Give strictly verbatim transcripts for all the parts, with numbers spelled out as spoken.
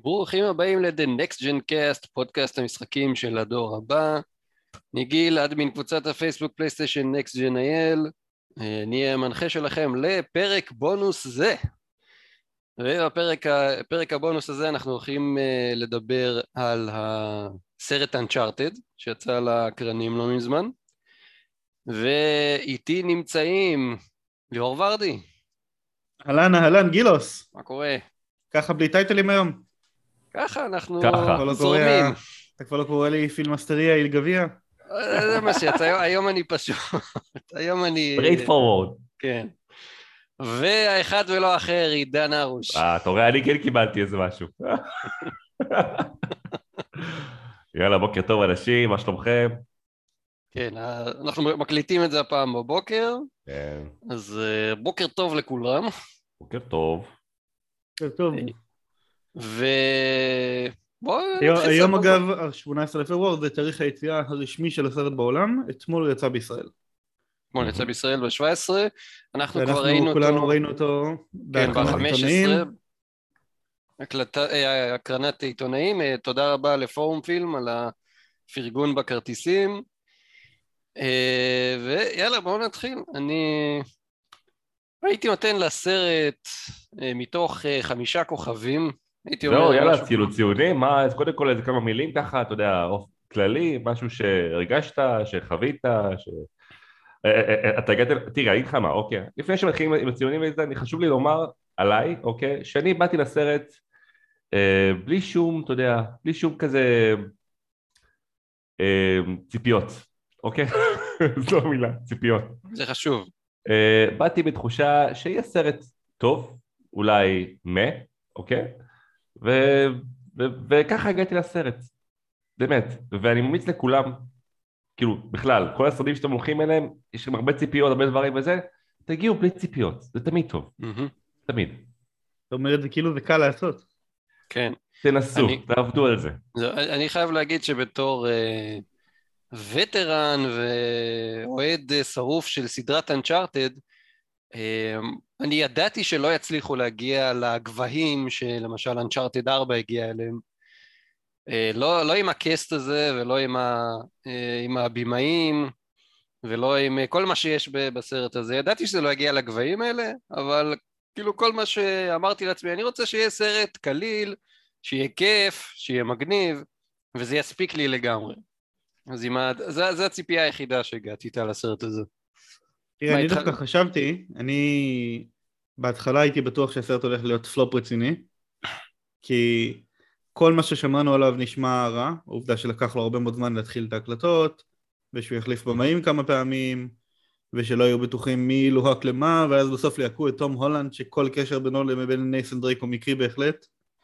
ברוכים הבאים ל-The Next Gen Cast, פודקאסט המשחקים של הדור הבא. אני גיל, אדמין קבוצת הפייסבוק פלייסטיישן Next Gen איי אל. אני המנחה שלכם לפרק בונוס זה. ובפרק הפרק הבונוס הזה אנחנו הולכים לדבר על הסרט Uncharted, שיצא לקרנים לא מזמן. ואיתי נמצאים ליאור ורדי. אהלן, אהלן, גילוס. מה קורה? ככה בלי טייטלים היום? ככה, אנחנו ככה. זורמים. אתה כבר לא קורא לי פילמסטריה, איל גביע? זה מה שיצא, היום אני פשוט, היום אני... straight forward. כן. והאחד ולא אחר, עידן ארוש. אה, אתה רואה, אני כן קיבלתי איזה משהו. יאללה, בוקר טוב אנשים, מה שלומכם? כן, אנחנו מקליטים את זה הפעם בבוקר. כן. אז בוקר טוב לכולם. בוקר טוב. בוקר טוב. ו... היום אגב, ה-שמונה עשרה לפברואר זה תאריך היציאה הרשמי של הסרט בעולם, אתמול הוא יצא בישראל. אתמול יצא בישראל ב-שבע עשרה, אנחנו כבר ראינו אותו... כולנו ראינו אותו ב-חמש עשרה, הקרנת עיתונאים, תודה רבה לפורום פילם על הפרגון בכרטיסים, ויאללה בואו נתחיל. אני הייתי נותן לסרט מתוך חמישה כוכבים, זהו, יאללה, כאילו ציונים, מה, אז קודם כל איזה כמה מילים ככה, אתה יודע, כללי, משהו שהרגשת, שחווית, ש... אתה הגעת, תראה, אני איתך מה, אוקיי, לפני שמתחילים עם הציונים וזה, אני חשוב לי לומר עליי, אוקיי, שאני באתי לסרט בלי שום, אתה יודע, בלי שום כזה ציפיות, אוקיי? זו המילה, ציפיות. זה חשוב. באתי בתחושה שיהיה סרט טוב, אולי מה, אוקיי? ו- ו- וככה הגעתי לסרט, באמת, ואני ממליץ לכולם, כאילו, בכלל, כל הסרטים שאתם הולכים אליהם, יש שם הרבה ציפיות, הרבה דברים וזה, תגיעו בלי ציפיות, זה תמיד טוב, mm-hmm. תמיד. זאת אומרת, זה כאילו זה קל לעשות. כן. תנסו, אני... תעבדו על זה. אני חייב להגיד שבתור אה, וטרן ואוהד שרוף של סדרת Uncharted, אני ידעתי שלא יצליחו להגיע לגבהים שלמשל Uncharted ארבע הגיע אליהם, לא, לא עם הקסט הזה ולא עם, ה, עם הבימאים ולא עם כל מה שיש בסרט הזה, ידעתי שזה לא יגיע לגבהים האלה, אבל כאילו כל מה שאמרתי לעצמי, אני רוצה שיהיה סרט קליל, שיהיה כיף, שיהיה מגניב, וזה יספיק לי לגמרי. אז ה... זה, זה הציפייה היחידה שהגעתי איתה לסרט הזה. תראה, אני דווקא חשבתי, אני בהתחלה הייתי בטוח שהסרט הולך להיות פלופ רציני, כי כל מה ששמענו עליו נשמע רע, העובדה שלקח לו הרבה מאוד זמן להתחיל את ההקלטות, ושהוא יחליף במאים כמה פעמים, ושלא היו בטוחים מי לוהק למה, ואז בסוף ליעקו את תום הולנד, שכל קשר בינו לבין ניית'ן דרייק הוא מקרי בהחלט.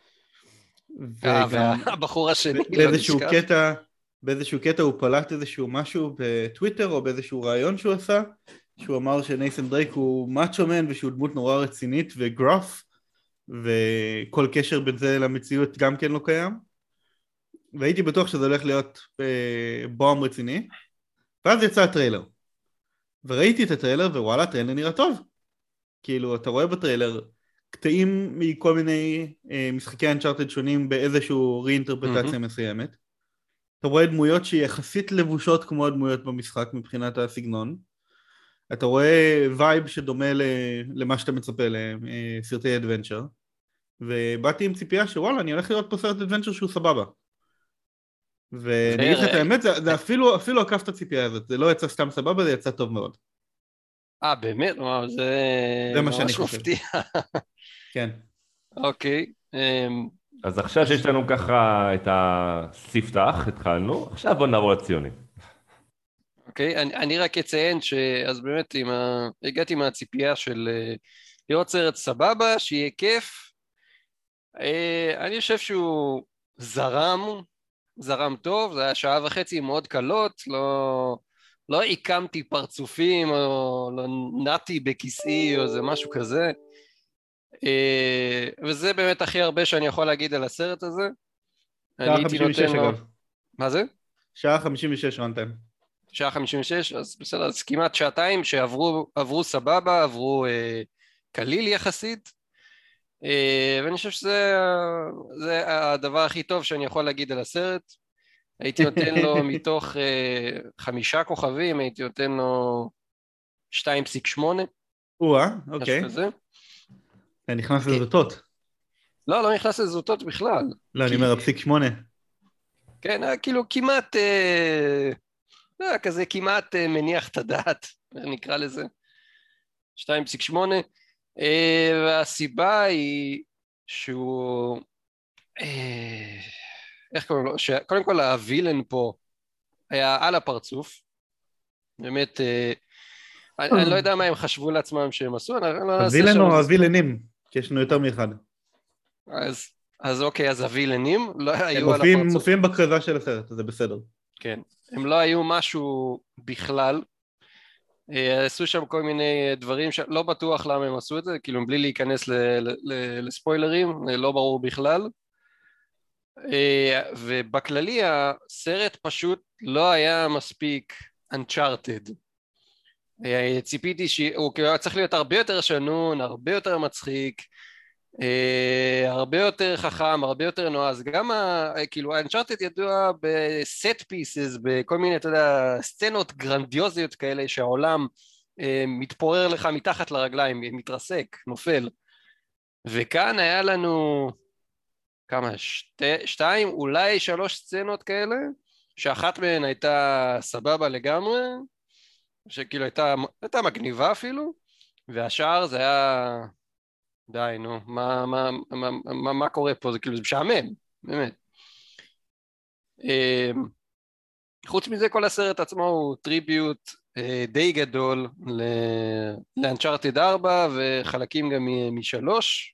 והבחור השני, באיזשהו קטע, באיזשהו קטע הוא פלט איזשהו משהו בטוויטר, או באיזשהו רעיון שהוא עשה, שהוא אמר שניית'ן דרייק הוא מאצ'ומן, ושהוא דמות נורא רצינית וגרוף, וכל קשר בין זה למציאות גם כן לא קיים. והייתי בטוח שזה הולך להיות בום רציני, ואז יצא הטריילר. וראיתי את הטריילר, ווואלה, הטריילר נראה טוב. כאילו, אתה רואה בטריילר קטעים מכל מיני משחקי Uncharted שונים באיזשהו רי-אינטרפרטציה מסוימת. אתה רואה דמויות שיחסית לבושות כמו הדמויות במשחק מבחינת הסגנון. אתה רואה וייב שדומה למה שאתה מצפה לסרטי אדוונצ'ר. ובאתי עם ציפייה שוואלה, אני הולך לראות פה סרט אדוונצ'ר שהוא סבבה. ואני אגיד לך את האמת, זה, זה אפילו, אפילו עקף את הציפייה הזאת. זה לא יצא סתם סבבה, זה יצא טוב מאוד. אה, באמת? וואו, זה... זה מה שאני חושב. מפתיע. כן. אוקיי. אז עכשיו שיש לנו ככה את הספתח, התחלנו, עכשיו בוא נעבור לציונים. אוקיי, אני, אני רק אציין שאז באמת עם ה... הגעתי מהציפייה של לראות סרט סבבה, שיהיה כיף. אני חושב שהוא זרם, זרם טוב, זה היה שעה וחצי מאוד קלות, לא, לא עיקמתי פרצופים או לא נעתי בכיסאי או זה משהו כזה. וזה באמת הכי הרבה שאני יכול להגיד על הסרט הזה. שעה חמישים ושש אגב. מה זה? שעה חמישים ושש רנטיים. שעה חמישים ושש, אז בסדר, אז כמעט שעתיים שעברו עברו סבבה, עברו אה, קליל יחסית. ואני חושב שזה זה הדבר הכי טוב שאני יכול להגיד על הסרט. הייתי נותן לו מתוך חמישה כוכבים, הייתי נותן לו שתיים נקודה שמונה. וואה, אוקיי. נכנס לזוטות. לא, לא נכנס לזוטות בכלל. לא, אני אומר, הפסיק שמונה. כן, כאילו כמעט, לא, כזה כמעט מניח את הדעת, נקרא לזה. שתיים נקודה שמונה. והסיבה היא שהוא, איך קוראים לו? קודם כל הווילן פה היה על הפרצוף. באמת, אני לא יודע מה הם חשבו לעצמם שהם עשו. הווילן או הווילנים? כי יש לנו יותר מאחד. אז, אז אוקיי, אז הווילנים לא היו על הפרצוף. הפרצוף. מופיעים בכרזה של הסרט, זה בסדר. כן, הם לא היו משהו בכלל. עשו שם כל מיני דברים שלא בטוח למה הם עשו את זה, כאילו בלי להיכנס לספוילרים, לא ברור בכלל. ובכללי הסרט פשוט לא היה מספיק Uncharted. ציפיתי שהוא צריך להיות הרבה יותר שנון, הרבה יותר מצחיק, הרבה יותר חכם, הרבה יותר נועז. גם כאילו Uncharted ידוע בסט פיסס, בכל מיני, אתה יודע, סצנות גרנדיוזיות כאלה שהעולם מתפורר לך מתחת לרגליים, מתרסק, נופל. וכאן היה לנו כמה, שתי, שתיים, אולי שלוש סצנות כאלה, שאחת מהן הייתה סבבה לגמרי, שכאילו הייתה, הייתה מגניבה אפילו, והשאר זה היה, די, נו, מה, מה, מה, מה, מה קורה פה? זה כאילו, זה משעמם, באמת. חוץ מזה, כל הסרט עצמו הוא טריביוט די גדול לאנצ'ארטד ארבע, וחלקים גם משלוש,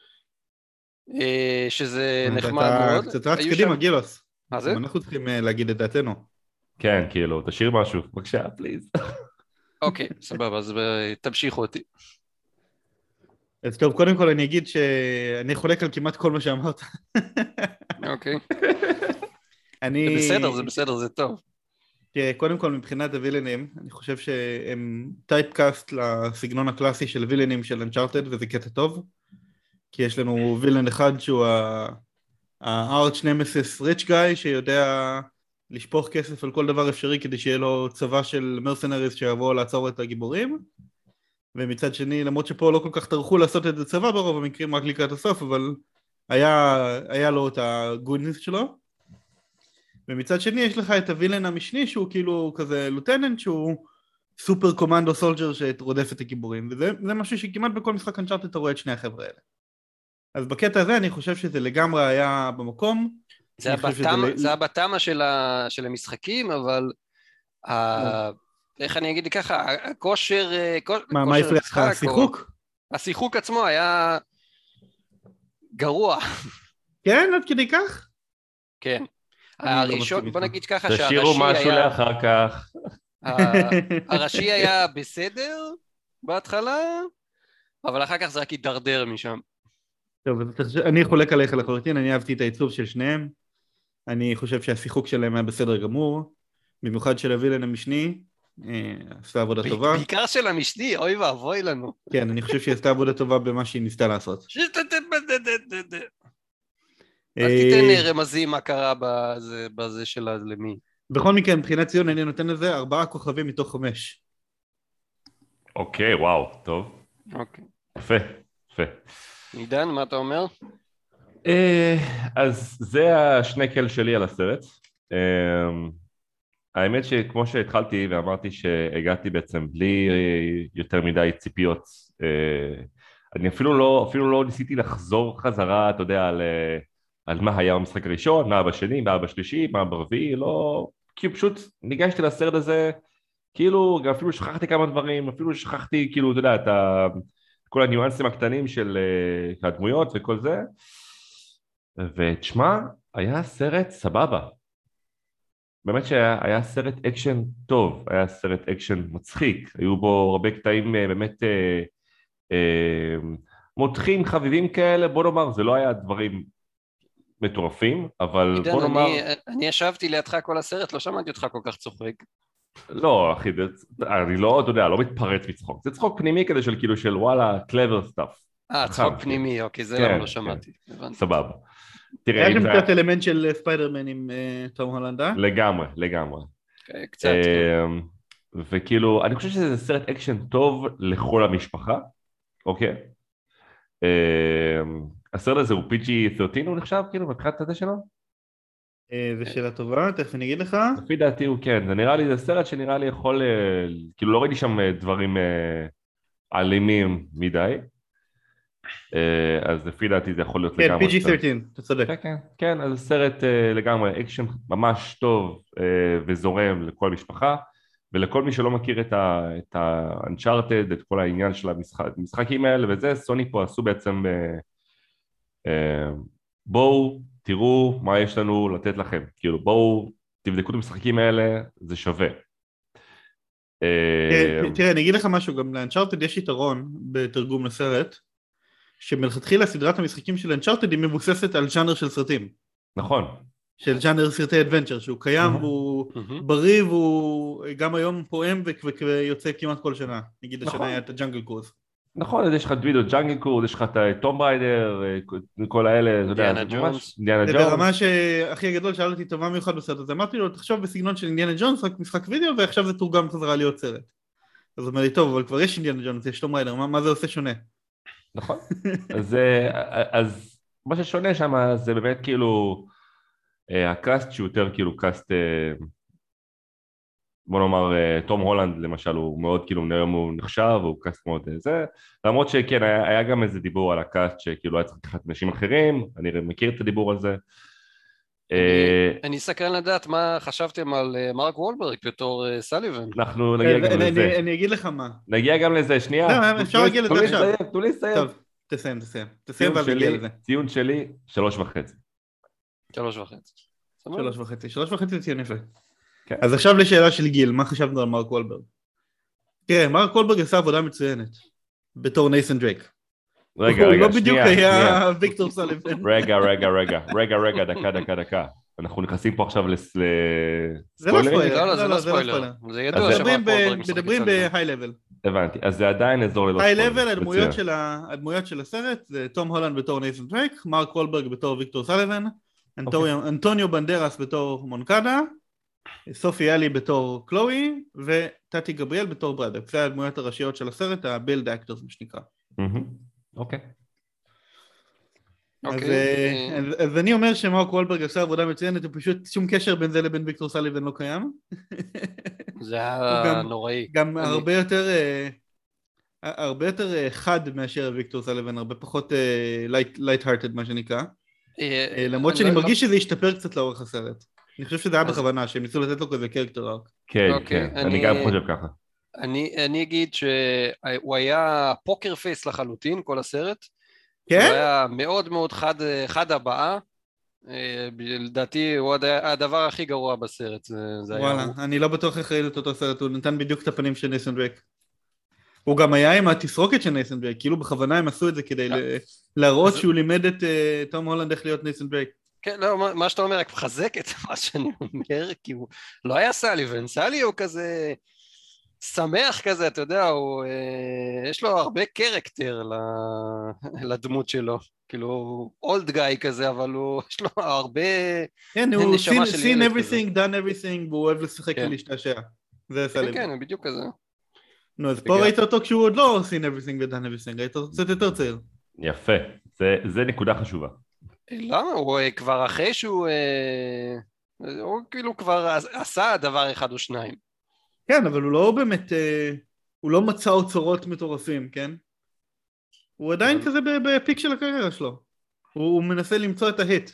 שזה נחמד מאוד. קצת רץ קדימה, גילוס. מה זה? אנחנו צריכים להגיד את דעתנו. כן, כאילו, תשאיר משהו, בבקשה, פליז. אוקיי, סבבה, אז תמשיכו אותי. אז טוב, קודם כל אני אגיד שאני חולק על כמעט כל מה שאמרת. אוקיי. אני... זה בסדר, זה בסדר, זה טוב. קודם כל, מבחינת הווילנים, אני חושב שהם טייפקאסט לסגנון הקלאסי של וילנים של Uncharted, וזה קטע טוב. כי יש לנו וילן אחד שהוא הארץ' נמסיס ריץ' גאי, שיודע לשפוך כסף על כל דבר אפשרי כדי שיהיה לו צבא של מרסנריז שיבואו לעצור את הגיבורים. ומצד שני, למרות שפה לא כל כך טרחו לעשות את הצבא ברוב המקרים רק לקראת הסוף, אבל היה, היה לו את הגודנס שלו. ומצד שני יש לך את הווילן המשני שהוא כאילו כזה לוטננט שהוא סופר קומנדו סולג'ר שרודף את הגיבורים, וזה זה משהו שכמעט בכל משחק אנצ'ארטד אתה רואה את שני החבר'ה האלה. אז בקטע הזה אני חושב שזה לגמרי היה במקום. זה היה בתמה של המשחקים, אבל איך אני אגיד לי ככה, הכושר... מה, מה הפריע לך? השיחוק? השיחוק עצמו היה גרוע. כן, עד כדי כך? כן. הראשון, בוא נגיד ככה שהראשי היה... תשאירו משהו לאחר כך. הראשי היה בסדר בהתחלה, אבל אחר כך זה רק יידרדר משם. טוב, אני חולק עליך לחלוטין, אני אהבתי את העיצוב של שניהם, אני חושב שהשיחוק שלהם היה בסדר גמור, במיוחד של הווילן המשני, עשתה עבודה טובה. בעיקר של המשני, אוי ואבוי לנו. כן, אני חושב שהיא עשתה עבודה טובה במה שהיא ניסתה לעשות. אל תיתן רמזים מה קרה בזה שלה למי. בכל מקרה, מבחינת ציון, אני נותן לזה ארבעה כוכבים מתוך חמש. אוקיי, וואו, טוב. אוקיי. יפה, יפה. עידן, מה אתה אומר? אז זה השנקל שלי על הסרט. האמת שכמו שהתחלתי ואמרתי שהגעתי בעצם בלי יותר מדי ציפיות, אני אפילו לא, אפילו לא ניסיתי לחזור חזרה, אתה יודע, על, על מה היה במשחק הראשון, מה בשני, מה בשלישי, מה ברביעי, לא, כי פשוט ניגשתי לסרט הזה, כאילו, גם אפילו שכחתי כמה דברים, אפילו שכחתי, כאילו, אתה יודע, את ה... כל הניואנסים הקטנים של uh, הדמויות וכל זה, ותשמע, היה סרט סבבה. באמת שהיה סרט אקשן טוב, היה סרט אקשן מצחיק, היו בו הרבה קטעים uh, באמת uh, uh, מותחים, חביבים כאלה, בוא נאמר, זה לא היה דברים מטורפים, אבל עידן, בוא נאמר... אני, אני ישבתי לידך כל הסרט, לא שמעתי אותך כל כך צוחק. לא, אחי, אני לא, אתה יודע, לא מתפרץ מצחוק. זה צחוק פנימי כזה של כאילו של וואלה, clever stuff. אה, צחוק פנימי, אוקיי, זה למה לא שמעתי. סבבה. היה שם קצת אלמנט של ספיידרמן עם תום הולנד, אה? לגמרי, לגמרי. קצת. וכאילו, אני חושב שזה סרט אקשן טוב לכל המשפחה, אוקיי? הסרט הזה הוא פי ג'י שלוש עשרה הוא נחשב, כאילו, מבחינת הזה שלו? זה שאלה טובה, תכף אני אגיד לך. לפי דעתי הוא כן, זה נראה לי, זה סרט שנראה לי יכול, כאילו לא ראיתי שם דברים אלימים מדי, אז לפי דעתי זה יכול להיות כן, לגמרי. פי ג'י שלוש עשרה, אתה צודק. כן, כן, כן, אז סרט לגמרי אקשן ממש טוב וזורם לכל משפחה, ולכל מי שלא מכיר את ה-Uncharted, את כל העניין של המשחקים האלה וזה, סוני פה עשו בעצם, בואו תראו מה יש לנו לתת לכם, כאילו בואו תבדקו את המשחקים האלה, זה שווה. תראה, אני אגיד לך משהו, גם ל-Uncharted יש יתרון בתרגום לסרט, שמלכתחילה סדרת המשחקים של Uncharted היא מבוססת על ז'אנר של סרטים. נכון. של ז'אנר סרטי אדוונצ'ר, שהוא קיים והוא בריא והוא גם היום פועם ויוצא כמעט כל שנה. נגיד השנה היה את הג'אנגל קרוז. נכון, אז יש לך וידאו ג'אנגל קרוז, יש לך את טום ריידר, כל האלה, אתה יודע, אינדיאנה ג'ונס. זה ברמה שהכי הגדול שאל אותי טובה מיוחד בסרט הזה, אמרתי לו, תחשוב בסגנון של אינדיאנה ג'ונס, רק משחק וידאו, ועכשיו זה תורגם חזרה להיות סרט. אז הוא אומר לי, טוב, אבל כבר יש אינדיאנה ג'ונס, יש טום ריידר, מה זה עושה שונה? נכון, אז מה ששונה שם זה באמת כאילו, הקאסט שהוא יותר כאילו קאסט, בוא נאמר, תום הולנד למשל הוא מאוד כאילו היום הוא נחשב, הוא קאסט מאוד זה, למרות שכן היה, היה גם איזה דיבור על הקאסט שכאילו היה צריך לקחת אנשים אחרים, אני מכיר את הדיבור על זה. אני סקרן לדעת מה חשבתם על מרק וולברג בתור סליבן. אנחנו נגיע גם לזה. אני אגיד לך מה. נגיע גם לזה, שנייה. לא, אפשר להגיע לזה עכשיו. תנו לי לסיים. טוב, תסיים, תסיים. תסיים ואז נגיע לזה. ציון שלי, שלוש וחצי. שלוש וחצי. שלוש וחצי, שלוש וחצי זה ציון יפה. אז עכשיו לשאלה של גיל, מה חשבנו על מרק וולברג? תראה, מרק וולברג עשה עבודה מצוינת, בתור ניית'ן דרייק. רגע, רגע, הוא לא בדיוק שנייה, היה ויקטור סליבן. רגע, רגע, רגע, רגע, רגע, דקה, דקה, דקה. אנחנו נכנסים פה עכשיו לספוילרים? זה לא ספוילר. לא, לא, זה לא ספוילר. זה ידוע שמרק וולברג משחק מדברים בהיי לבל. הבנתי, אז זה עדיין אזור ללא ספוילר. היי לבל, הדמויות של הסרט, זה תום הולנד בתור ניית'ן דרייק, מרק וולברג בתור ויקטור סליבן, אנטוניו בנדרס בתור מונקדה, סופי אלי בתור קלואי, וטאטי גבריאל בתור ברדק. זה הדמויות הראשיות של הסרט, הבילד אקטורס, מה שנקרא. אוקיי. אז אני אומר שמרק וולברג עשה עבודה מצוינת, ופשוט שום קשר בין זה לבין ויקטור סליבן לא קיים. זה היה נוראי. גם הרבה יותר, הרבה יותר חד מאשר ויקטור סליבן, הרבה פחות light-hearted מה שנקרא. למרות שאני מרגיש שזה ישתפר קצת לאורך הסרט. אני חושב שזה היה בכוונה, שהם ניסו לתת לו כזה קרקטר ארק. כן, כן, אני גם חושב ככה. אני אגיד שהוא היה פוקר פייס לחלוטין, כל הסרט. כן? הוא היה מאוד מאוד חד הבאה. לדעתי הוא הדבר הכי גרוע בסרט. וואלה, אני לא בטוח איך ראית את אותו סרט, הוא נתן בדיוק את הפנים של ניית'ן דרייק. הוא גם היה עם התסרוקת של ניית'ן דרייק, כאילו בכוונה הם עשו את זה כדי להראות שהוא לימד את תום הולנד איך להיות ניית'ן דרייק. כן, לא, מה שאתה אומר, רק מחזק את מה שאני אומר, כי הוא לא היה סליבן, סלי הוא כזה שמח כזה, אתה יודע, הוא, יש לו הרבה קרקטר לדמות שלו, כאילו, אולד גאי כזה, אבל הוא, יש לו הרבה כן, הוא seen everything, done everything, והוא אוהב לשחק ולהשתעשע, זה סליבן. כן, כן, בדיוק כזה. נו, אז פה ראית אותו כשהוא עוד לא seen everything ו-done everything, ראית אותו קצת יותר צעיר. יפה, זה נקודה חשובה. למה? הוא כבר אחרי שהוא, הוא כאילו כבר עשה דבר אחד או שניים. כן, אבל הוא לא באמת, הוא לא מצא אוצרות מטורפים, כן? הוא עדיין כזה בפיק של הקריירה שלו. הוא מנסה למצוא את ההיט.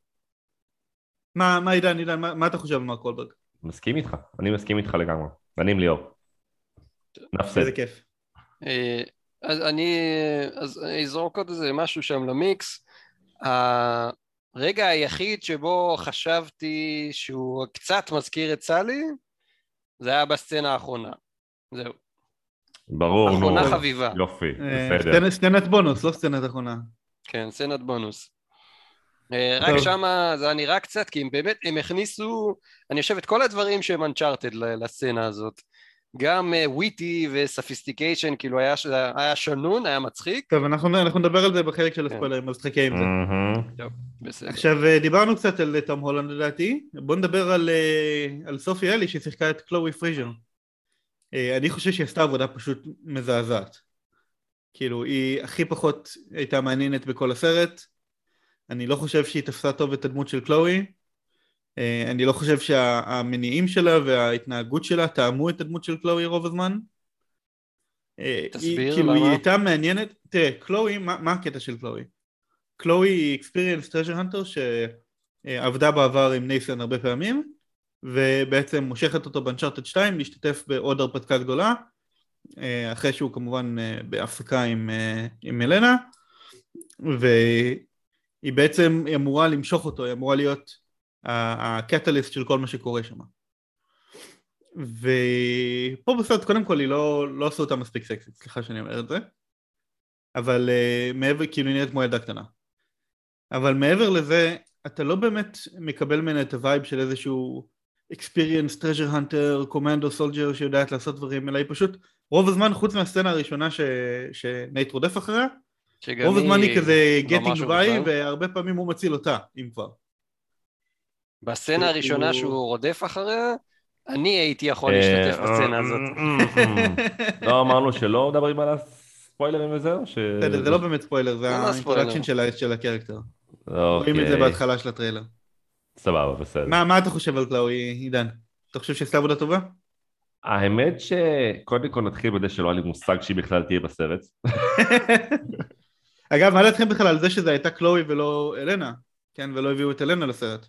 מה, עידן, עידן, מה אתה חושב על מרק וולברג? מסכים איתך, אני מסכים איתך לגמרי. אני עם ליאור. נפסד. איזה כיף. אז אני, אז אני אזרוק עוד איזה משהו שם למיקס. הרגע היחיד שבו חשבתי שהוא קצת מזכיר את סלי, זה היה בסצנה האחרונה. זהו. ברור, נו. אחרונה חביבה. יופי, בסדר. סצנת בונוס, לא סצנת אחרונה. כן, סצנת בונוס. רק שמה זה נראה קצת, כי הם באמת, הם הכניסו, אני חושב את כל הדברים שהם Uncharted לסצנה הזאת. גם וויטי וספיסטיקיישן, כאילו היה, היה שנון, היה מצחיק. טוב, אנחנו, אנחנו נדבר על זה בחלק של הספוילרים, אז תחכה עם זה. טוב, בסדר. עכשיו, דיברנו קצת על תום הולנד לדעתי, בואו נדבר על, על סופי אלי ששיחקה את קלואי פריז'ר. אני חושב שהיא עשתה עבודה פשוט מזעזעת. כאילו, היא הכי פחות הייתה מעניינת בכל הסרט. אני לא חושב שהיא תפסה טוב את הדמות של קלואי. אני לא חושב שהמניעים שלה וההתנהגות שלה טעמו את הדמות של קלואי רוב הזמן. תסביר היא, כאילו, למה. היא הייתה מעניינת. תראה, קלואי, מה, מה הקטע של קלואי? קלואי היא Experienced Treasure Hunter שעבדה בעבר עם נייסן הרבה פעמים, ובעצם מושכת אותו באנצ'ארטד שתיים להשתתף בעוד הרפתקה גדולה, אחרי שהוא כמובן בהפסקה עם, עם אלנה, והיא בעצם אמורה למשוך אותו, היא אמורה להיות הקטליסט של כל מה שקורה שם. ופה בסרט קודם כל היא לא, לא עשו אותה מספיק סקסית, סליחה שאני אומר את זה, אבל uh, מעבר, כאילו היא נראית כמו ילדה קטנה. אבל מעבר לזה, אתה לא באמת מקבל ממנה את הווייב של איזשהו Experienced Treasure Hunter, Commando Soldier שיודעת לעשות דברים, אלא היא פשוט, רוב הזמן, חוץ מהסצנה הראשונה ש... שנייט רודף אחריה, רוב הזמן היא כזה getting by, והרבה פעמים הוא מציל אותה, אם כבר. בסצנה הראשונה שהוא רודף אחריה, אני הייתי יכול להשתתף בסצנה הזאת. לא אמרנו שלא מדברים על הספוילרים וזהו? זה לא באמת ספוילר, זה האינטרודקשן של הקרקטר. רואים את זה בהתחלה של הטריילר. סבבה, בסדר. מה אתה חושב על קלאוי, עידן? אתה חושב שעשתה עבודה טובה? האמת שקודם כל נתחיל בזה שלא היה לי מושג שהיא בכלל תהיה בסרט. אגב, מה דעתכם בכלל על זה שזה הייתה קלואי ולא אלנה? כן, ולא הביאו את אלנה לסרט.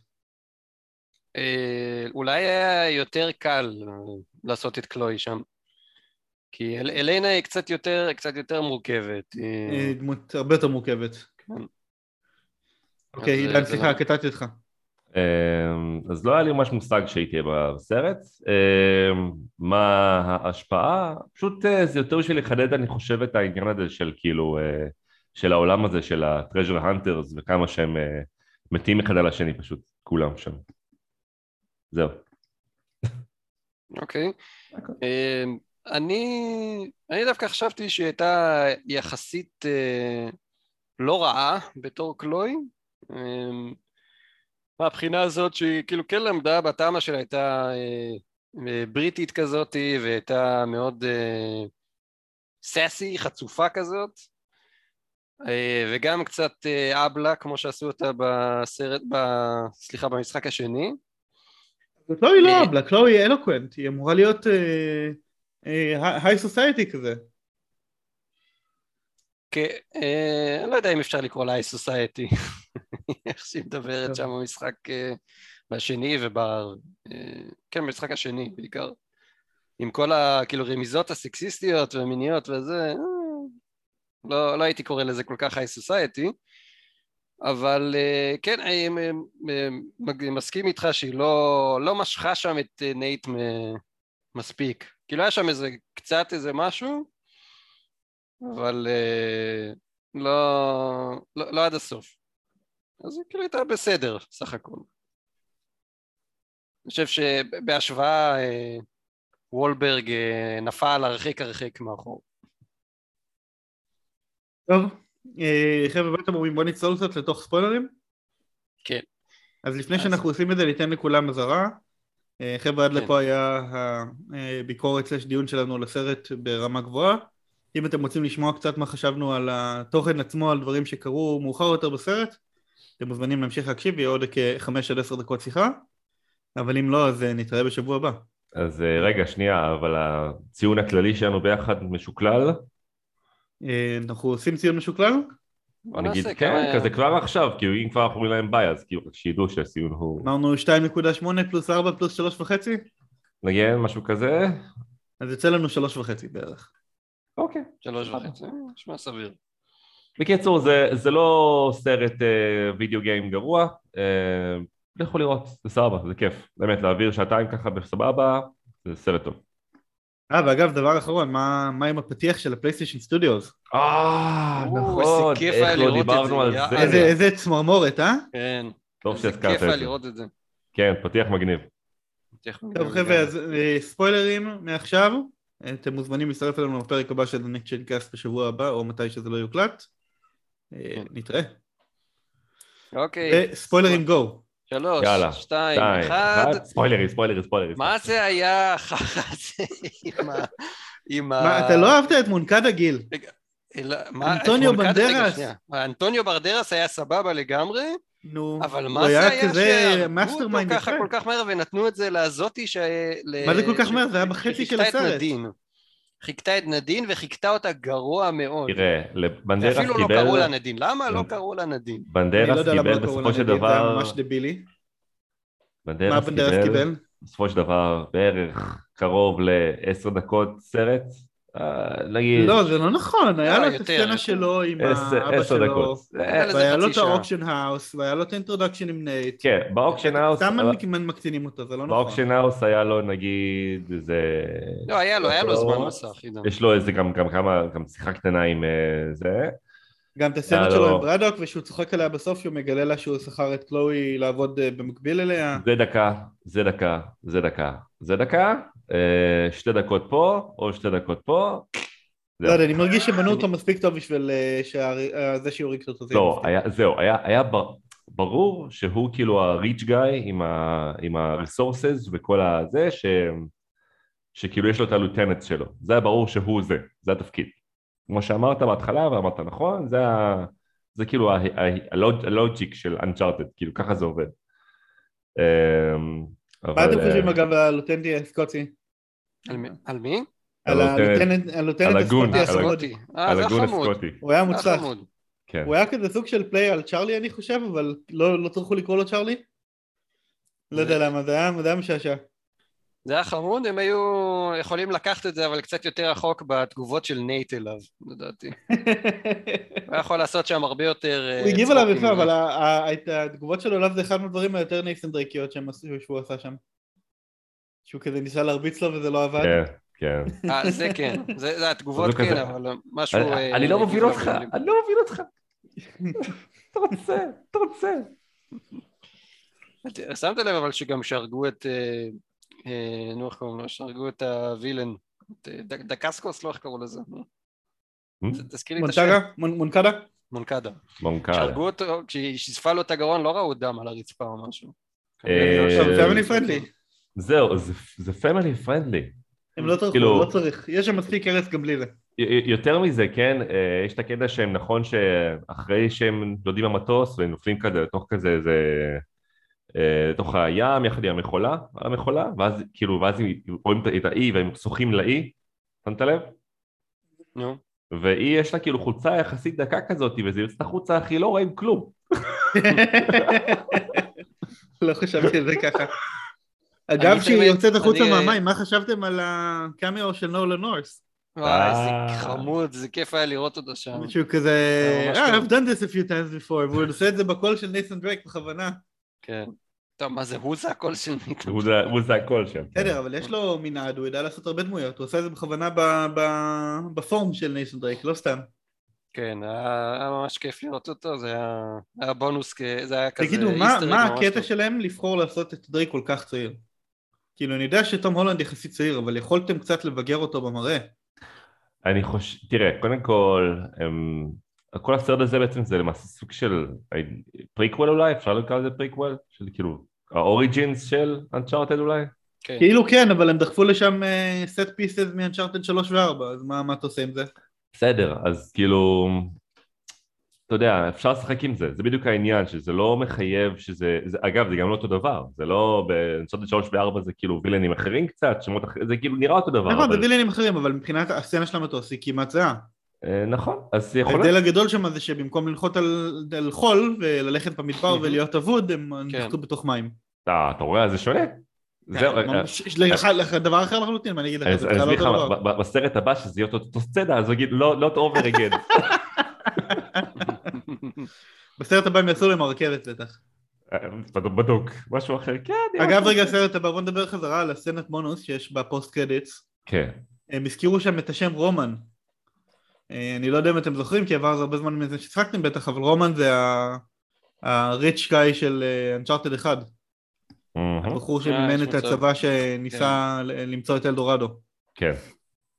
אולי היה יותר קל לעשות את קלואי שם. כי אלנה היא קצת יותר, קצת יותר מורכבת. היא דמות הרבה יותר מורכבת. אוקיי, עידן, סליחה, קטעתי אותך. אז לא היה לי ממש מושג שהיא תהיה בסרט. מה ההשפעה? פשוט זה יותר בשביל לחדד, אני חושב, את העניין הזה של כאילו, של העולם הזה, של ה-Treasure Hunters, וכמה שהם מתים אחד על השני, פשוט כולם שם. זהו. אוקיי. אני אני דווקא חשבתי שהיא הייתה יחסית לא רעה בתור קלואי. מהבחינה הזאת שהיא כאילו כן למדה, בטעמה שלה הייתה בריטית כזאת, והייתה מאוד סאסי, חצופה כזאת, וגם קצת אבלה, כמו שעשו אותה בסרט, סליחה, במשחק השני. קלואי לא אבלה, קלואי אלוקוונט, היא אמורה להיות היי סוסייטי כזה. כן, אני לא יודע אם אפשר לקרוא לה היי סוסייטי. איך שהיא מדברת שם במשחק בשני ובר... כן, במשחק השני בעיקר. עם כל הרמיזות הסקסיסטיות והמיניות וזה, לא, לא הייתי קורא לזה כל כך היי סוסייטי, אבל כן, אני מסכים איתך שהיא לא, לא משכה שם את נייט מספיק. כאילו היה שם איזה קצת איזה משהו, אבל לא, לא, לא עד הסוף. אז כאילו הייתה בסדר, סך הכל. אני חושב שבהשוואה וולברג נפל הרחק הרחק מאחור. טוב, חבר'ה, ואתם אומרים בוא נצלול קצת לתוך ספוילרים? כן. אז לפני שאנחנו עושים את זה, ניתן לכולם אזהרה. חבר'ה, עד לפה היה הביקורת סלש דיון שלנו לסרט ברמה גבוהה. אם אתם רוצים לשמוע קצת מה חשבנו על התוכן עצמו, על דברים שקרו מאוחר יותר בסרט, אתם מוזמנים להמשיך להקשיב, יהיה עוד כחמש עד עשר דקות שיחה, אבל אם לא, אז נתראה בשבוע הבא. אז רגע, שנייה, אבל הציון הכללי שלנו ביחד משוקלל? אנחנו עושים ציון משוקלל? נגיד, כן, כזה כבר עכשיו, כי אם כבר אנחנו אומרים להם ביי, אז כאילו, שידעו שהציון הוא... אמרנו שתיים נקודה שמונה פלוס ארבע פלוס שלוש וחצי? נגיד, משהו כזה? אז יצא לנו שלוש וחצי בערך. אוקיי. שלוש וחצי, נשמע סביר. בקיצור, זה, זה לא סרט אה, וידאו גיים גרוע, אה, לכו לראות, זה סבבה, זה כיף. באמת, להעביר שעתיים ככה בסבבה, זה סרט טוב. אה, ואגב, דבר אחרון, מה, מה עם הפתיח של הפלייסטיישן סטודיוס? אה, נכון, איך לא דיברנו על זה. איזה, איזה צמרמורת, אה? כן. טוב שהזכרת את זה. כיף היה לראות את זה. כן, פתיח מגניב. טוב חבר'ה, אז ספוילרים מעכשיו, אתם מוזמנים להצטרף אלינו בפרק הבא של The Next Gen Cast בשבוע הבא, או מתי שזה לא יוקלט. נתראה. אוקיי. ספוילרים גו. שלוש, יאללה, שתיים, שתיים, אחד. אחד. ספוילרי, ספוילרי, ספוילרי. מה זה היה אחר זה עם ה... עם ה... מה, אתה לא אהבת את מונקדה גיל? אנטוניו בנדרס. אנטוניו בנדרס היה סבבה לגמרי, נו, אבל מה זה היה שהרגו אותו ככה כל כך מהר ונתנו את זה לזאתי ש... מה זה כל כך מהר? זה היה בחצי של הסרט. חיכתה את נדין וחיכתה אותה גרוע מאוד. תראה, לבנדרס קיבל... ואפילו לא קראו לה נדין. למה לא קראו לה נדין? בנדרס קיבל בסופו של דבר... זה היה ממש דבילי. מה בנדרס קיבל? בסופו של דבר בערך קרוב לעשר דקות סרט. לא, זה לא נכון, היה לו את הסצנה שלו עם האבא שלו, והיה לו את האוקשן האוס, והיה לו את האינטרודקשן עם נייט. כן, באוקשן האוס... סתם מקצינים אותו, זה לא נכון. באוקשן האוס היה לו נגיד איזה... לא, היה לו, היה לו זמן מסך. יש לו איזה גם כמה, גם שיחה קטנה עם זה. גם את הסצנה שלו עם ברדוק, ושהוא צוחק עליה בסוף, שהוא מגלה לה שהוא שכר את קלואי לעבוד במקביל אליה. זה דקה, זה דקה, זה דקה, זה דקה, שתי דקות פה, או שתי דקות פה. לא יודע, אני מרגיש שבנו אותו מספיק טוב בשביל זה שיוריק אותו. לא, זהו, היה ברור שהוא כאילו הריץ' גאי עם הריסורסס וכל הזה, שכאילו יש לו את הלוטנט שלו. זה היה ברור שהוא זה, זה התפקיד. כמו שאמרת בהתחלה, ואמרת נכון, זה, זה כאילו הלוג'יק של Uncharted, כאילו ככה זה עובד. מה אתם חושבים אגב על הלוטנטי הסקוטי? על מי? על הלוטנט הסקוטי. אה, זה חמוד. הוא היה מוצלח. הוא היה כזה סוג של פליי על צ'רלי אני חושב, אבל לא צריכו לקרוא לו צ'רלי. לא יודע למה, זה היה משעשע. זה היה חמוד, הם היו יכולים לקחת את זה, אבל קצת יותר רחוק בתגובות של נייט אליו, לדעתי. הוא יכול לעשות שם הרבה יותר... הוא הגיב עליו יפה, אבל התגובות שלו אליו זה אחד מהדברים היותר נייסן דרייקיות שהוא עשה שם. שהוא כזה ניסה להרביץ לו וזה לא עבד. כן, כן. אה, זה כן, זה התגובות כן, אבל משהו... אני לא מבין אותך, אני לא מבין אותך. אתה רוצה, אתה רוצה. שמת לב אבל שגם שהרגו את... נו, איך קוראים לו? שהרגו את הווילן, דקסקוס, לא איך קראו לזה. תזכיר לי את השם. מונקדה? מונקדה. מונקדה. שהרגו אותו, כשהיא שספה לו את הגרון, לא ראו דם על הרצפה או משהו. פמילי פרנדלי. זהו, זה פמילי פרנדלי. הם לא צריכו, לא צריך. יש שם מספיק ארץ גם בלי זה. יותר מזה, כן, יש את הקטע שהם נכון שאחרי שהם יודעים המטוס, והם נופלים כזה, לתוך כזה איזה... לתוך הים, יחד עם המחולה, המחולה, ואז כאילו, ואז הם רואים את האי והם שוחים לאי, שמת לב? נו. ואי יש לה כאילו חולצה יחסית דקה כזאת, וזה יוצאת החוצה הכי לא רואים כלום. לא חשבתי על זה ככה. אגב, שהיא יוצאת החוצה מהמים, מה חשבתם על הקאמיו של נולן נורס? וואי, זה חמוד, זה כיף היה לראות אותו שם. משהו כזה, I've done this a few times before, והוא עושה את זה בקול של ניית'ן דרייק בכוונה. כן. טוב, מה זה? הוא זה הקול של ניית'ן. הוא זה הקול שם. בסדר, אבל יש לו מנעד, הוא ידע לעשות הרבה דמויות, הוא עושה את זה בכוונה בפורם של ניית'ן דרייק, לא סתם. כן, היה ממש כיף לראות אותו, זה היה בונוס, זה היה כזה... תגידו, מה הקטע שלהם לבחור לעשות את דרייק כל כך צעיר? כאילו, אני יודע שתום הולנד יחסית צעיר, אבל יכולתם קצת לבגר אותו במראה. אני חושב, תראה, קודם כל, כל הסרט הזה בעצם זה למעשה סוג של פריקוול אולי, אפשר לקרוא לזה פריקוול? של כאילו, האוריג'ינס של Uncharted אולי? כאילו כן, אבל הם דחפו לשם סט פיסס מ-Uncharted שלוש ו-ארבע, אז מה אתה עושה עם זה? בסדר, אז כאילו, אתה יודע, אפשר לשחק עם זה, זה בדיוק העניין, שזה לא מחייב שזה, אגב, זה גם לא אותו דבר, זה לא, ב-Uncharted שלוש ו-ארבע זה כאילו וילנים אחרים קצת, שמות אחרים, זה כאילו נראה אותו דבר. נכון, זה וילנים אחרים, אבל מבחינת הסצנה של המטוס היא כמעט זהה. נכון, אז יכול... ההבדל הגדול שם זה שבמקום לנחות על חול וללכת במדבר ולהיות אבוד, הם נחתו בתוך מים. אתה רואה, זה שונה. דבר אחר לחלוטין, מה אני אגיד לך? אז אסביר לך, בסרט הבא שזה יהיה אותו סצנה, אז הוא יגיד, לא over again. בסרט הבא הם יעשו להם הרכבת בטח. בדוק, משהו אחר, כן. אגב רגע, הסרט הבא, בוא נדבר חזרה על הסצנת בונוס שיש בפוסט קרדיטס. כן. הם הזכירו שם את השם רומן. אני לא יודע אם אתם זוכרים, כי עבר הרבה זמן מזה שצחקתם בטח, אבל רומן זה הריץ' גאי של Uncharted אחד. הבחור שמימן את הצבא שניסה למצוא את אלדורדו. כן.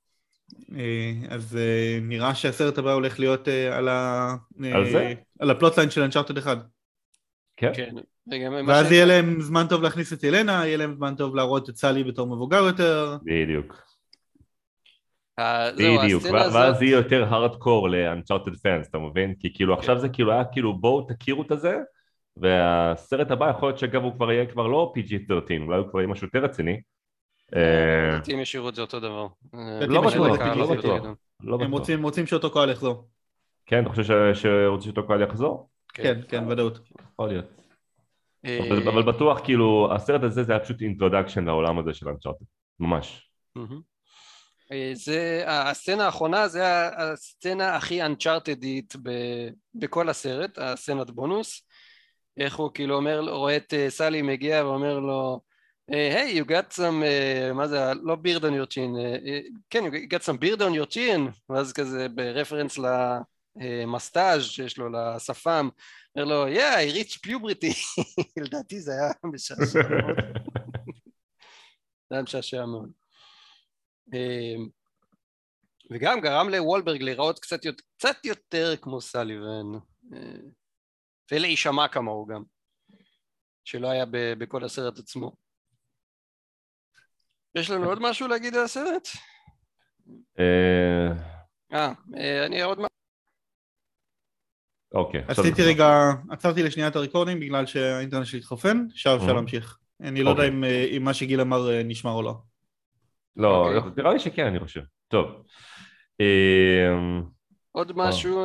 אז נראה שהסרט הבא הולך להיות על ה... על זה? על הפלוטליין של אנצ'ארטד אחד. כן. כן. ואז יהיה להם זמן טוב להכניס את ילנה, יהיה להם זמן טוב להראות את סלי בתור מבוגר יותר. בדיוק. זהו, בדיוק, הסצנה הזאת... ואז יהיה יותר הארדקור ל-Uncharted fans, אתה מבין? כי כאילו עכשיו זה כאילו היה כאילו בואו תכירו את הזה, והסרט הבא יכול להיות שאגב הוא כבר יהיה כבר לא פי ג'י שלוש עשרה, אולי הוא כבר יהיה משהו יותר רציני. לדעתי הם ישאירו את זה אותו דבר. לא בטוח, לא בטוח. הם רוצים שאותו קהל יחזור. כן, אתה חושב שרוצים שאותו קהל יחזור? כן, כן, ודאות. יכול להיות. אבל בטוח כאילו הסרט הזה זה היה פשוט אינטרודקשן לעולם הזה של Uncharted, ממש. זה, הסצנה האחרונה זה הסצנה הכי אנצ'ארטדית בכל הסרט, הסצנת בונוס, איך הוא כאילו אומר, רואה את סלי מגיע ואומר לו, hey, you got some, uh, מה זה, לא beard on your chin, כן, uh, you got some beard on your chin, ואז כזה ברפרנס למסטאז' שיש לו, לשפם, אומר לו, yeah, I reached puberty, לדעתי זה היה משעשע מאוד, זה היה משעשע מאוד. וגם גרם לוולברג לראות קצת יותר, קצת יותר כמו סליבן, ולהישמע כמוהו גם, שלא היה בכל הסרט עצמו. יש לנו עוד משהו להגיד על הסרט? אה, אני עוד מה... אוקיי. עשיתי רגע, עצרתי לשנייה את הריקורדים בגלל שהאינטרנט שלי התחרפן, עכשיו אפשר להמשיך. אני לא יודע אם מה שגיל אמר נשמר או לא. לא, נראה לי שכן, אני חושב. טוב. עוד משהו,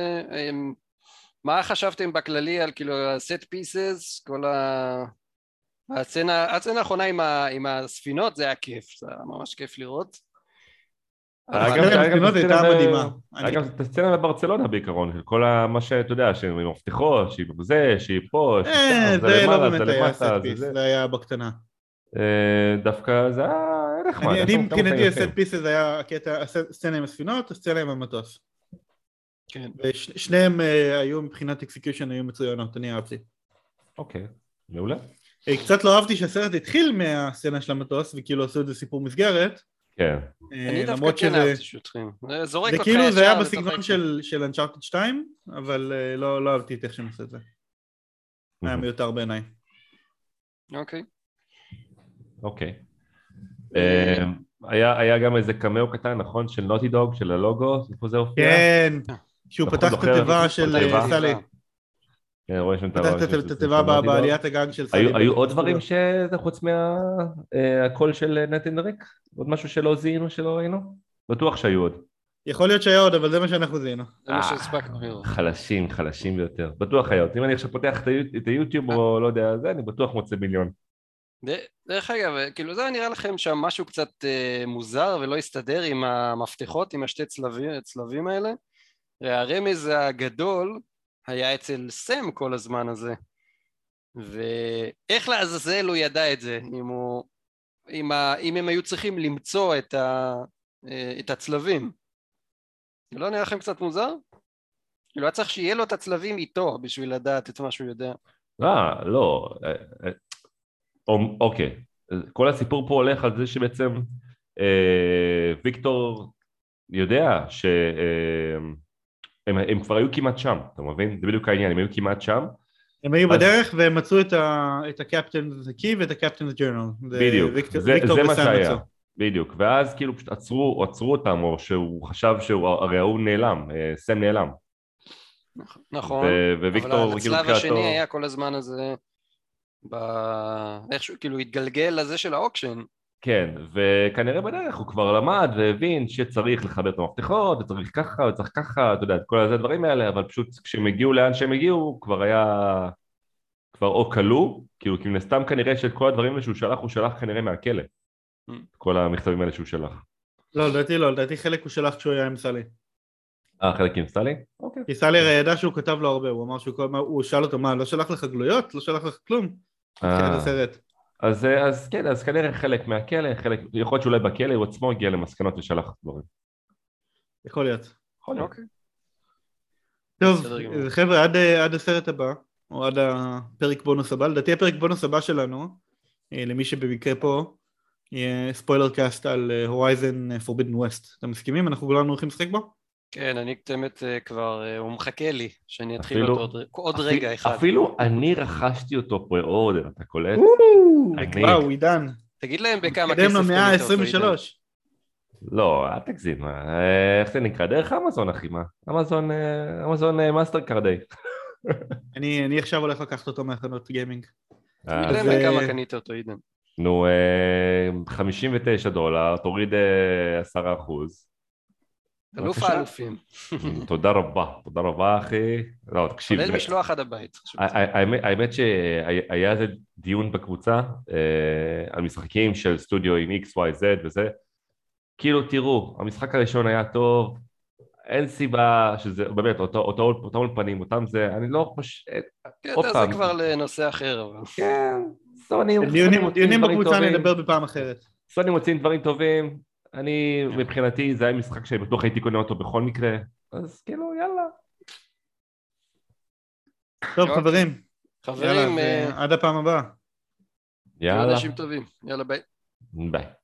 מה חשבתם בכללי על כאילו הסט פיסס, כל ה... הסצנה, הסצנה האחרונה עם, ה, עם הספינות, זה היה כיף, זה היה ממש כיף לראות. הספינות הייתה מדהימה. אגב, את הסצנה בברצלונה בעיקרון, של כל מה שאתה יודע, שהיא מפתחות, שהיא זה, שהיא פה, זה לא באמת היה סט פיס, זה היה בקטנה. דווקא זה היה נחמד. אני מבחינתי הסט פיס זה היה הסצנה עם הספינות, הסצנה עם המטוס. ושניהם היו מבחינת אקסקיושן, היו מצוינות, אני אהבתי. אוקיי, מעולה. קצת לא אהבתי שהסרט התחיל מהסצנה של המטוס, וכאילו עשו איזה סיפור מסגרת. כן. אני דווקא כן אהבתי שוטרים. זה כאילו זה היה בסגנון של אנצ'ארטד שתיים, אבל לא אהבתי את איך שהם עושה את זה. היה מיותר בעיניי. אוקיי. אוקיי. היה גם איזה קמאו קטן, נכון? של נוטי דוג, של הלוגו, איפה זה הופיע? כן, שהוא פתח את התיבה של סלי. כן, רואה שם פתחת את התיבה בעליית הגג של סלי. היו עוד דברים שזה חוץ מהקול של נתן ריק? עוד משהו שלא זיהינו, שלא ראינו? בטוח שהיו עוד. יכול להיות שהיה עוד, אבל זה מה שאנחנו זיהינו. זה מה שהספקנו. חלשים, חלשים ביותר. בטוח היה עוד. אם אני עכשיו פותח את היוטיוב או לא יודע, זה אני בטוח מוצא מיליון. דרך אגב, כאילו זה נראה לכם שם משהו קצת מוזר ולא יסתדר עם המפתחות, עם השתי צלבים האלה. הרמז הגדול היה אצל סם כל הזמן הזה, ואיך לעזאזל הוא ידע את זה, אם, הוא, אם, ה, אם הם היו צריכים למצוא את, ה, את הצלבים. זה לא נראה לכם קצת מוזר? כאילו היה צריך שיהיה לו את הצלבים איתו בשביל לדעת את מה שהוא יודע. אה, לא, אוקיי, כל הסיפור פה הולך על זה שבעצם אה, ויקטור יודע ש... אה, הם, הם כבר היו כמעט שם, אתה מבין? זה בדיוק העניין, הם היו כמעט שם. הם היו אז... בדרך והם מצאו את, ה, את הקפטנ's key ואת הקפטנ's journal. בדיוק, ויקטור, זה, זה מה שהיה. מצוא. בדיוק, ואז כאילו פשוט עצרו, עצרו אותם, או שהוא חשב שהוא, הרי הוא נעלם, סם נעלם. נכון, ו- אבל הצלב השני היה כל הזמן הזה, ב... איכשהו כאילו התגלגל לזה של האוקשן. כן, וכנראה בדרך הוא כבר למד והבין שצריך לחבר את המפתחות, וצריך ככה, וצריך ככה, אתה יודע, את כל הזה הדברים האלה, אבל פשוט כשהם הגיעו לאן שהם הגיעו, כבר היה, כבר או קלו, כאילו, כי נסתם כנראה שאת כל הדברים האלה שהוא שלח, הוא שלח כנראה מהכלא, כל המכתבים האלה שהוא שלח. לא, לדעתי לא, לדעתי חלק הוא שלח כשהוא היה עם סלי. אה, חלק עם סלי? אוקיי. כי סלי הרי ידע שהוא כתב לו הרבה, הוא אמר שהוא שאל אותו, מה, לא שלח לך גלויות? לא שלח לך כלום? תחילת הסרט. אז, אז כן, אז כנראה חלק מהכלא, חלק, יכול להיות שאולי בכלא הוא עצמו הגיע למסקנות ושלח דברים. יכול להיות. יכול להיות. אוקיי. טוב, חבר'ה, עד, עד הסרט הבא, או עד הפרק בונוס הבא, לדעתי הפרק בונוס הבא שלנו, למי שבמקרה פה, יהיה ספוילר קאסט על הורייזן פורבידן ווסט. אתם מסכימים? אנחנו כולנו הולכים לשחק בו? כן, אני באמת כבר, הוא מחכה לי שאני אתחיל אפילו- אותו עוד- עוד אפילו- רגע אחד. אפילו אני רכשתי אותו פרה-אורדר, אתה קולט? אני- וואו, עידן. תגיד להם בכמה קדם כסף למאה קנית אותו, ה-עשרים עידן. ושלוש. לא, אל תגזים, מה, אה, איך זה נקרא? דרך אמזון, אחי, מה? אמזון, אה, אמזון אה, מאסטר קארדי. אני אני עכשיו הולך לקחת אותו מהחנות גיימינג. אה, תגיד להם אז, בכמה אה, קנית אותו, עידן. נו, אה, חמישים ותשעה דולר, תוריד אה, עשרה אחוז. אלוף בבקשה. האלופים. תודה רבה, תודה רבה, אחי. לא, תקשיב. כולל זה- משלוח עד הבית. חשוב. ה- האמת- האמת שהיה איזה דיון בקבוצה אה, על משחקים של סטודיו עם X, Y, Z וזה. כאילו, תראו, המשחק הראשון היה טוב, אין סיבה שזה, באמת, אותו, אותו, אותם אולפנים, אותם זה, אני לא חושב, כן, עוד זה פעם. כבר לנושא אחר, אבל... כן, סוני, סוני דיונים מוצאים דיונים דברים בקבוצה טובים, נדבר בפעם אחרת. סוני מוצאים דברים טובים, אני, מבחינתי, זה היה משחק שבטוח הייתי קונה אותו בכל מקרה, אז כאילו, יאללה. טוב יופי. חברים, יאללה, חברים, אז, אה, אה, עד הפעם הבאה. תהיו יאללה, אנשים טובים. יאללה, ביי. ביי.